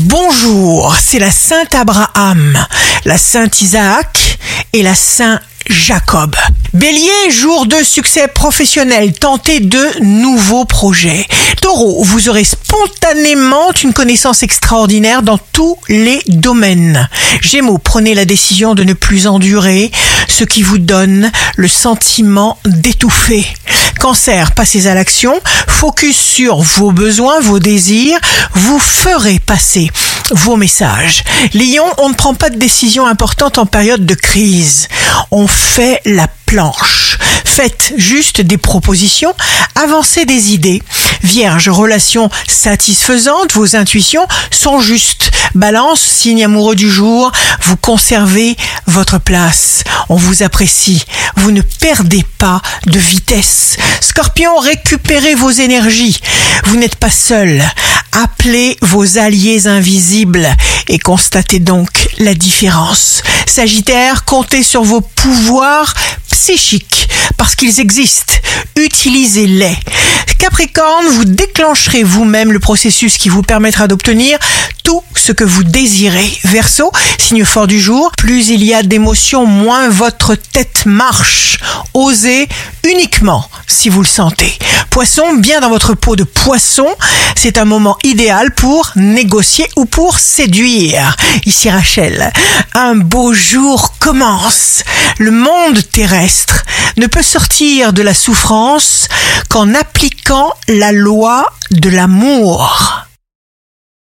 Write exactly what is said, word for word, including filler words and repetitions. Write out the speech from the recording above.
Bonjour, c'est la Sainte Abraham, la Sainte Isaac et la Saint Jacob. Bélier, jour de succès professionnel, tentez de nouveaux projets. Taureau, vous aurez spontanément une connaissance extraordinaire dans tous les domaines. Gémeaux, prenez la décision de ne plus endurer ce qui vous donne le sentiment d'étouffer. Cancer, passez à l'action, focus sur vos besoins, vos désirs, vous ferez passer vos messages. Lion, on ne prend pas de décision importante en période de crise. On fait la planche. Faites juste des propositions, avancez des idées. Vierge, relation satisfaisante, vos intuitions sont justes. Balance, signe amoureux du jour, vous conservez votre place. On vous apprécie, vous ne perdez pas de vitesse. Scorpion, récupérez vos énergies. Vous n'êtes pas seul. Appelez vos alliés invisibles et constatez donc la différence. Sagittaire, comptez sur vos pouvoirs psychiques parce qu'ils existent. Utilisez-les. Capricorne, vous déclencherez vous-même le processus qui vous permettra d'obtenir tout ce que vous désirez. Verseau, signe fort du jour, plus il y a d'émotions, moins votre tête marche. Osez uniquement si vous le sentez. Poisson, bien dans votre peau de poisson, c'est un moment idéal pour négocier ou pour séduire. Ici Rachel, un beau jour commence. Le monde terrestre ne peut sortir de la souffrance qu'en appliquant la loi de l'amour.